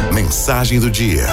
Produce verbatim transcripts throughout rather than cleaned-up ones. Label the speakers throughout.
Speaker 1: Mensagem do dia.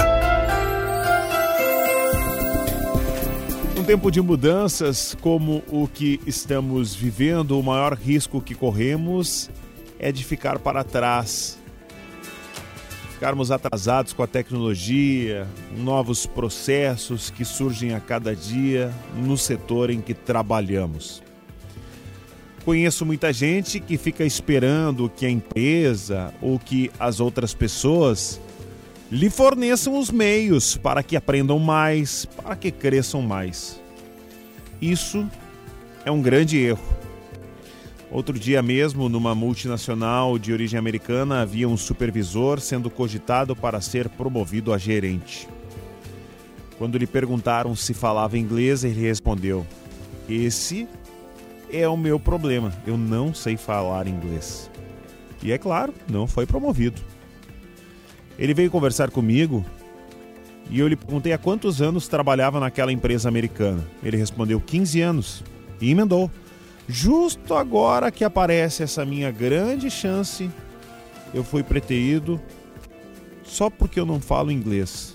Speaker 2: Um tempo de mudanças como o que estamos vivendo, o maior risco que corremos é de ficar para trás. Ficarmos atrasados com a tecnologia, novos processos que surgem a cada dia no setor em que trabalhamos. Conheço muita gente que fica esperando que a empresa ou que as outras pessoas lhe forneçam os meios para que aprendam mais, para que cresçam mais. Isso é um grande erro. Outro dia mesmo, numa multinacional de origem americana, havia um supervisor sendo cogitado para ser promovido a gerente. Quando lhe perguntaram se falava inglês, ele respondeu: "Esse é o meu problema, eu não sei falar inglês." E é claro, não foi promovido. Ele veio conversar comigo e eu lhe perguntei há quantos anos trabalhava naquela empresa americana. Ele respondeu quinze anos e emendou: "Justo agora que aparece essa minha grande chance, eu fui preterido só porque eu não falo inglês."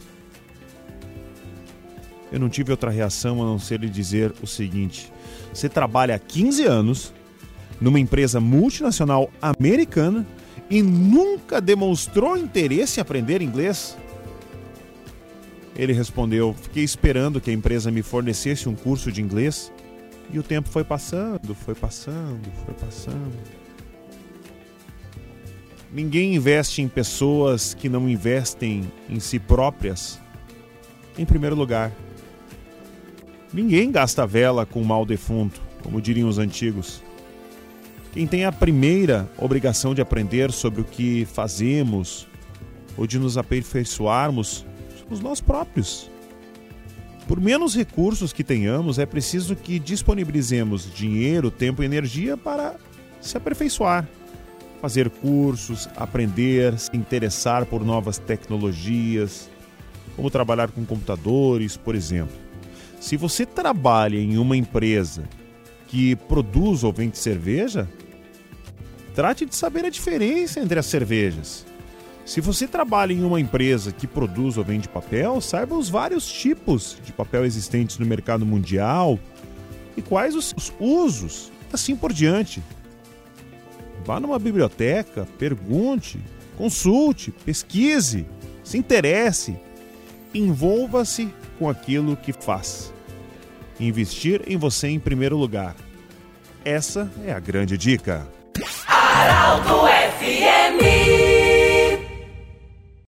Speaker 2: Eu não tive outra reação a não ser lhe dizer o seguinte: você trabalha há quinze anos numa empresa multinacional americana e nunca demonstrou interesse em aprender inglês? Ele respondeu: "Fiquei esperando que a empresa me fornecesse um curso de inglês e o tempo foi passando, foi passando, foi passando." Ninguém investe em pessoas que não investem em si próprias em primeiro lugar. Ninguém gasta vela com mal defunto, como diriam os antigos. Quem tem a primeira obrigação de aprender sobre o que fazemos ou de nos aperfeiçoarmos somos nós próprios. Por menos recursos que tenhamos, é preciso que disponibilizemos dinheiro, tempo e energia para se aperfeiçoar. Fazer cursos, aprender, se interessar por novas tecnologias, como trabalhar com computadores, por exemplo. Se você trabalha em uma empresa que produz ou vende cerveja, trate de saber a diferença entre as cervejas. Se você trabalha em uma empresa que produz ou vende papel, saiba os vários tipos de papel existentes no mercado mundial e quais os seus usos, assim por diante. Vá numa biblioteca, pergunte, consulte, pesquise, se interesse, envolva-se com aquilo que faz. Investir em você em primeiro lugar. Essa é a grande dica.
Speaker 3: Arauto F M